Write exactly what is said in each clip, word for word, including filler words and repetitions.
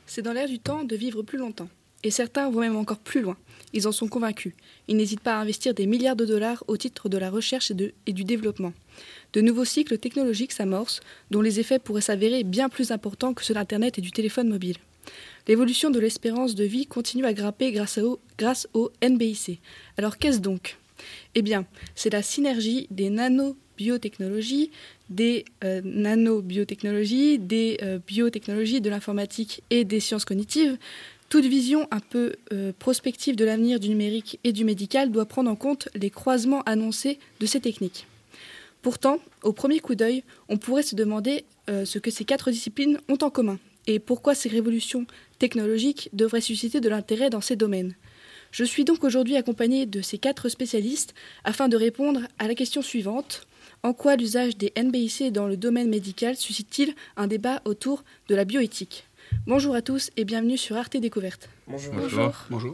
C'est dans l'air du temps de vivre plus longtemps. Et certains vont même encore plus loin. Ils en sont convaincus. Ils n'hésitent pas à investir des milliards de dollars au titre de la recherche et, de, et du développement. De nouveaux cycles technologiques s'amorcent, dont les effets pourraient s'avérer bien plus importants que ceux d'Internet et du téléphone mobile. L'évolution de l'espérance de vie continue à grimper grâce au, grâce au N B I C. Alors qu'est-ce donc ? Eh bien, c'est la synergie des nanobiotechnologies, des euh, nanobiotechnologies, des euh, biotechnologies, de l'informatique et des sciences cognitives. Toute vision un peu euh, prospective de l'avenir du numérique et du médical doit prendre en compte les croisements annoncés de ces techniques. Pourtant, au premier coup d'œil, on pourrait se demander euh, ce que ces quatre disciplines ont en commun et pourquoi ces révolutions technologiques devraient susciter de l'intérêt dans ces domaines. Je suis donc aujourd'hui accompagnée de ces quatre spécialistes afin de répondre à la question suivante. En quoi l'usage des N B I C dans le domaine médical suscite-t-il un débat autour de la bioéthique ? Bonjour à tous et bienvenue sur Arte Découverte. Bonjour. Bonjour. Bonjour.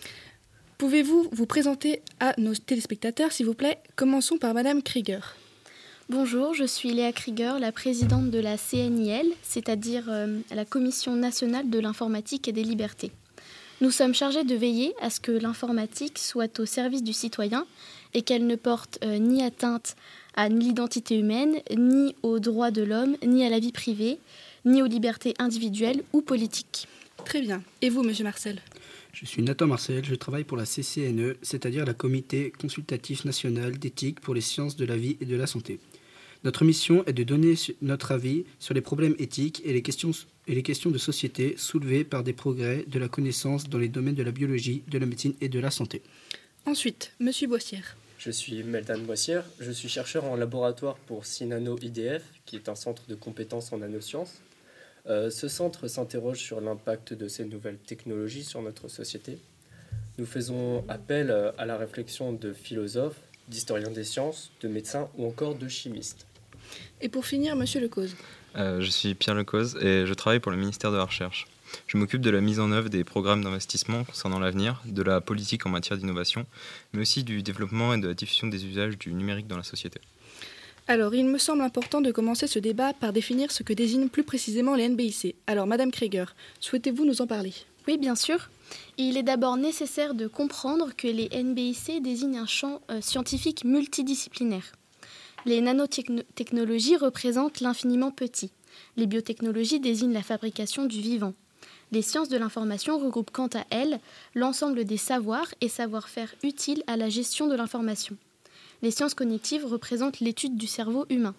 Pouvez-vous vous présenter à nos téléspectateurs, s'il vous plaît ? Commençons par Madame Krieger. Bonjour, je suis Léa Krieger, la présidente de la C N I L, c'est-à-dire euh, la Commission nationale de l'informatique et des libertés. Nous sommes chargés de veiller à ce que l'informatique soit au service du citoyen et qu'elle ne porte euh, ni atteinte à l'identité humaine, ni aux droits de l'homme, ni à la vie privée, ni aux libertés individuelles ou politiques. Très bien. Et vous, Monsieur Marcel ? Je suis Nathan Marcel, je travaille pour la C C N E, c'est-à-dire la Comité consultatif national d'éthique pour les sciences de la vie et de la santé. Notre mission est de donner notre avis sur les problèmes éthiques et les questions, et les questions de société soulevées par des progrès de la connaissance dans les domaines de la biologie, de la médecine et de la santé. Ensuite, Monsieur Boissière. Je suis Meldan Boissière, je suis chercheur en laboratoire pour Sinano I D F, qui est un centre de compétences en nanosciences. Euh, ce centre s'interroge sur l'impact de ces nouvelles technologies sur notre société. Nous faisons appel à la réflexion de philosophes, d'historiens des sciences, de médecins ou encore de chimistes. Et pour finir, Monsieur Lecause. Euh, je suis Pierre Lecause et je travaille pour le ministère de la Recherche. Je m'occupe de la mise en œuvre des programmes d'investissement concernant l'avenir, de la politique en matière d'innovation, mais aussi du développement et de la diffusion des usages du numérique dans la société. Alors, il me semble important de commencer ce débat par définir ce que désignent plus précisément les N B I C. Alors, Madame Krieger, souhaitez-vous nous en parler ? Oui, bien sûr. Il est d'abord nécessaire de comprendre que les N B I C désignent un champ euh, scientifique multidisciplinaire. Les nanotechnologies représentent l'infiniment petit. Les biotechnologies désignent la fabrication du vivant. Les sciences de l'information regroupent quant à elles l'ensemble des savoirs et savoir-faire utiles à la gestion de l'information. Les sciences cognitives représentent l'étude du cerveau humain.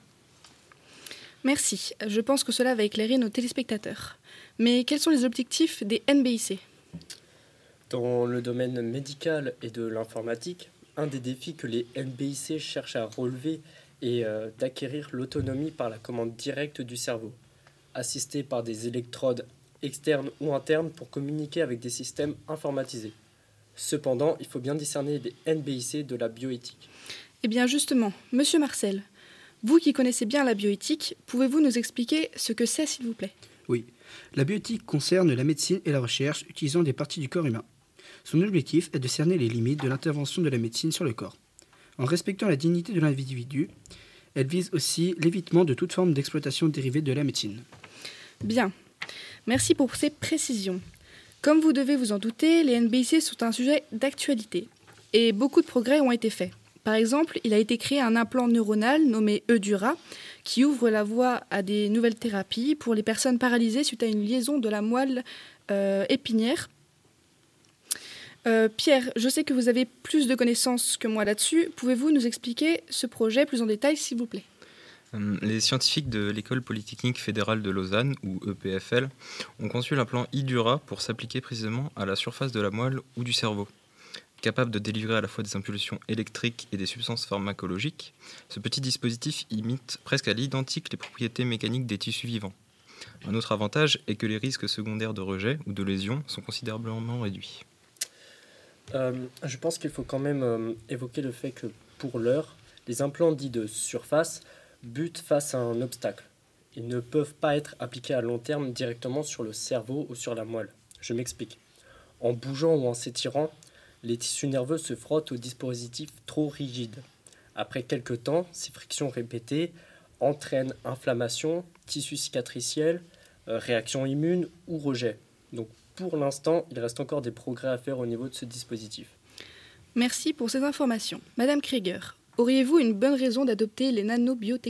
Merci. Je pense que cela va éclairer nos téléspectateurs. Mais quels sont les objectifs des N B I C ? Dans le domaine médical et de l'informatique, un des défis que les N B I C cherchent à relever est euh, d'acquérir l'autonomie par la commande directe du cerveau, assisté par des électrodes externes ou internes pour communiquer avec des systèmes informatisés. Cependant, il faut bien discerner les N B I C de la bioéthique. Eh bien justement, Monsieur Marcel, vous qui connaissez bien la bioéthique, pouvez-vous nous expliquer ce que c'est, s'il vous plaît ? Oui, la bioéthique concerne la médecine et la recherche utilisant des parties du corps humain. Son objectif est de cerner les limites de l'intervention de la médecine sur le corps. En respectant la dignité de l'individu, elle vise aussi l'évitement de toute forme d'exploitation dérivée de la médecine. Bien, merci pour ces précisions. Comme vous devez vous en douter, les N B I C sont un sujet d'actualité et beaucoup de progrès ont été faits. Par exemple, il a été créé un implant neuronal nommé Eudura qui ouvre la voie à des nouvelles thérapies pour les personnes paralysées suite à une liaison de la moelle euh, épinière. Euh, Pierre, je sais que vous avez plus de connaissances que moi là-dessus. Pouvez-vous nous expliquer ce projet plus en détail, s'il vous plaît ? Les scientifiques de l'École polytechnique fédérale de Lausanne, ou E P F L, ont conçu l'implant Eudura pour s'appliquer précisément à la surface de la moelle ou du cerveau. Capable de délivrer à la fois des impulsions électriques et des substances pharmacologiques, ce petit dispositif imite presque à l'identique les propriétés mécaniques des tissus vivants. Un autre avantage est que les risques secondaires de rejet ou de lésion sont considérablement réduits. Euh, je pense qu'il faut quand même euh, évoquer le fait que, pour l'heure, les implants dits de surface butent face à un obstacle. Ils ne peuvent pas être appliqués à long terme directement sur le cerveau ou sur la moelle. Je m'explique. En bougeant ou en s'étirant, les tissus nerveux se frottent au dispositif trop rigide. Après quelques temps, ces frictions répétées entraînent inflammation, tissu cicatriciel, euh, réaction immune ou rejet. Donc pour l'instant, il reste encore des progrès à faire au niveau de ce dispositif. Merci pour ces informations. Madame Krieger, auriez-vous une bonne raison d'adopter les nanobiotechnologies ?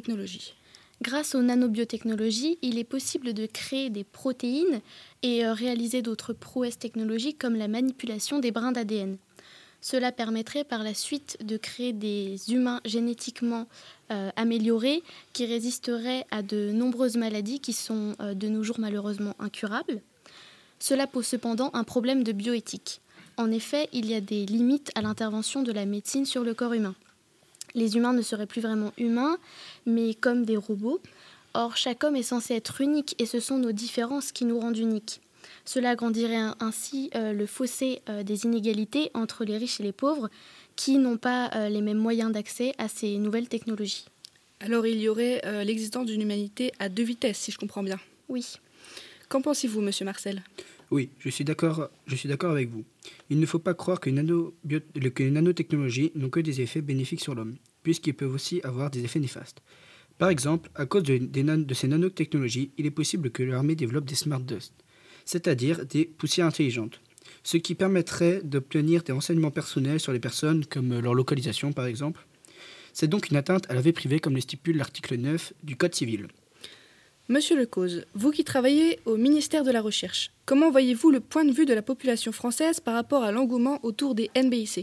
Grâce aux nanobiotechnologies, il est possible de créer des protéines et euh, réaliser d'autres prouesses technologiques comme la manipulation des brins d'A D N. Cela permettrait par la suite de créer des humains génétiquement euh, améliorés qui résisteraient à de nombreuses maladies qui sont euh, de nos jours malheureusement incurables. Cela pose cependant un problème de bioéthique. En effet, il y a des limites à l'intervention de la médecine sur le corps humain. Les humains ne seraient plus vraiment humains, mais comme des robots. Or, chaque homme est censé être unique et ce sont nos différences qui nous rendent uniques. Cela agrandirait ainsi euh, le fossé euh, des inégalités entre les riches et les pauvres qui n'ont pas euh, les mêmes moyens d'accès à ces nouvelles technologies. Alors il y aurait euh, l'existence d'une humanité à deux vitesses, si je comprends bien. Oui. Qu'en pensez-vous, monsieur Marcel ? Oui, je suis d'accord, je suis d'accord avec vous. Il ne faut pas croire que, nano, bio, que les nanotechnologies n'ont que des effets bénéfiques sur l'homme, puisqu'ils peuvent aussi avoir des effets néfastes. Par exemple, à cause de, des nan, de ces nanotechnologies, il est possible que l'armée développe des smart dust, c'est-à-dire des poussières intelligentes, ce qui permettrait d'obtenir des renseignements personnels sur les personnes, comme leur localisation par exemple. C'est donc une atteinte à la vie privée comme le stipule l'article neuf du Code civil. Monsieur Lecause, vous qui travaillez au ministère de la Recherche, comment voyez-vous le point de vue de la population française par rapport à l'engouement autour des N B I C ?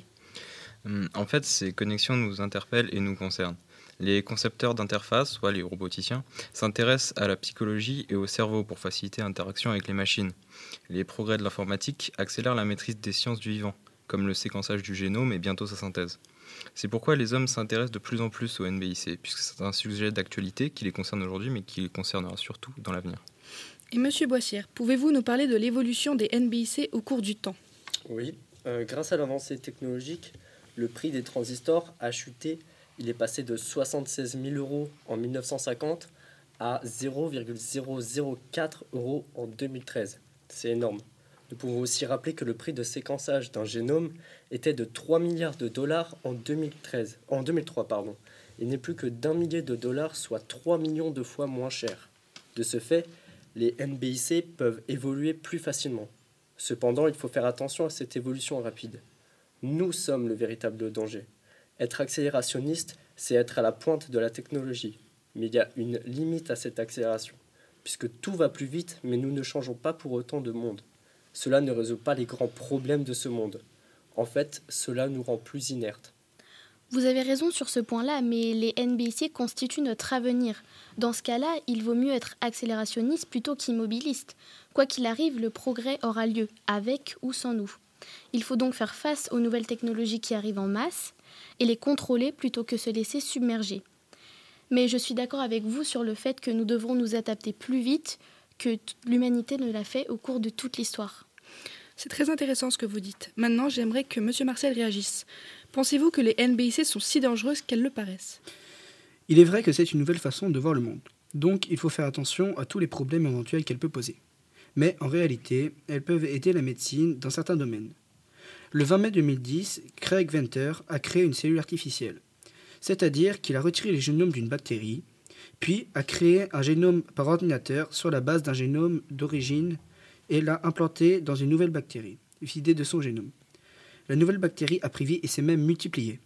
En fait, ces connexions nous interpellent et nous concernent. Les concepteurs d'interface, soit les roboticiens, s'intéressent à la psychologie et au cerveau pour faciliter l'interaction avec les machines. Les progrès de l'informatique accélèrent la maîtrise des sciences du vivant, comme le séquençage du génome et bientôt sa synthèse. C'est pourquoi les hommes s'intéressent de plus en plus au N B I C, puisque c'est un sujet d'actualité qui les concerne aujourd'hui, mais qui les concernera surtout dans l'avenir. Et monsieur Boissière, pouvez-vous nous parler de l'évolution des N B I C au cours du temps ? Oui, euh, grâce à l'avancée technologique, le prix des transistors a chuté. Il est passé de soixante-seize mille euros en mille neuf cent cinquante à zéro virgule zéro zéro quatre euros en deux mille treize. C'est énorme. Nous pouvons aussi rappeler que le prix de séquençage d'un génome était de trois milliards de dollars en deux mille treize, en deux mille trois. Pardon. Il n'est plus que d'un millier de dollars, soit trois millions de fois moins cher. De ce fait, les N B I C peuvent évoluer plus facilement. Cependant, il faut faire attention à cette évolution rapide. Nous sommes le véritable danger. Être accélérationniste, c'est être à la pointe de la technologie. Mais il y a une limite à cette accélération, puisque tout va plus vite, mais nous ne changeons pas pour autant de monde. Cela ne résout pas les grands problèmes de ce monde. En fait, cela nous rend plus inertes. Vous avez raison sur ce point-là, mais les N B I C constituent notre avenir. Dans ce cas-là, il vaut mieux être accélérationniste plutôt qu'immobiliste. Quoi qu'il arrive, le progrès aura lieu, avec ou sans nous. Il faut donc faire face aux nouvelles technologies qui arrivent en masse et les contrôler plutôt que se laisser submerger. Mais je suis d'accord avec vous sur le fait que nous devrons nous adapter plus vite que t- l'humanité ne l'a fait au cours de toute l'histoire. C'est très intéressant ce que vous dites. Maintenant, j'aimerais que monsieur Marcel réagisse. Pensez-vous que les N B I C sont si dangereuses qu'elles le paraissent ? Il est vrai que c'est une nouvelle façon de voir le monde. Donc, il faut faire attention à tous les problèmes éventuels qu'elle peut poser. Mais en réalité, elles peuvent aider la médecine dans certains domaines. Le vingt mai deux mille dix, Craig Venter a créé une cellule artificielle, c'est-à-dire qu'il a retiré les génomes d'une bactérie, puis a créé un génome par ordinateur sur la base d'un génome d'origine et l'a implanté dans une nouvelle bactérie, vidée de son génome. La nouvelle bactérie a pris vie et s'est même multipliée.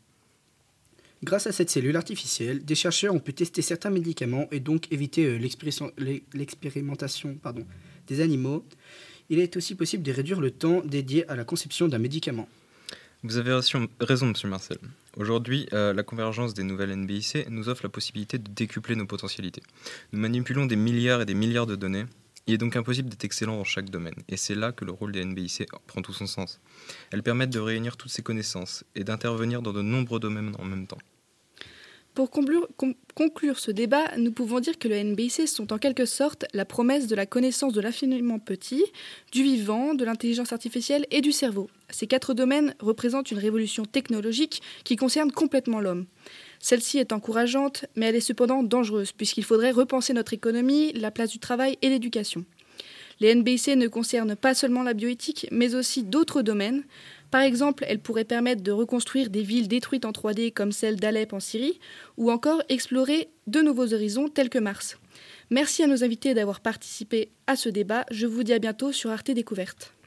Grâce à cette cellule artificielle, des chercheurs ont pu tester certains médicaments et donc éviter euh, l'expérimentation pardon, des animaux. Il est aussi possible de réduire le temps dédié à la conception d'un médicament. Vous avez raison, monsieur Marcel. Aujourd'hui, euh, la convergence des nouvelles N B I C nous offre la possibilité de décupler nos potentialités. Nous manipulons des milliards et des milliards de données. Il est donc impossible d'être excellent dans chaque domaine. Et c'est là que le rôle des N B I C prend tout son sens. Elles permettent de réunir toutes ces connaissances et d'intervenir dans de nombreux domaines en même temps. Pour conclure, com- conclure ce débat, nous pouvons dire que les N B I C sont en quelque sorte la promesse de la connaissance de l'infiniment petit, du vivant, de l'intelligence artificielle et du cerveau. Ces quatre domaines représentent une révolution technologique qui concerne complètement l'homme. Celle-ci est encourageante, mais elle est cependant dangereuse, puisqu'il faudrait repenser notre économie, la place du travail et l'éducation. Les N B I C ne concernent pas seulement la bioéthique, mais aussi d'autres domaines. Par exemple, elles pourraient permettre de reconstruire des villes détruites en trois D comme celle d'Alep en Syrie, ou encore explorer de nouveaux horizons tels que Mars. Merci à nos invités d'avoir participé à ce débat. Je vous dis à bientôt sur Arte Découverte.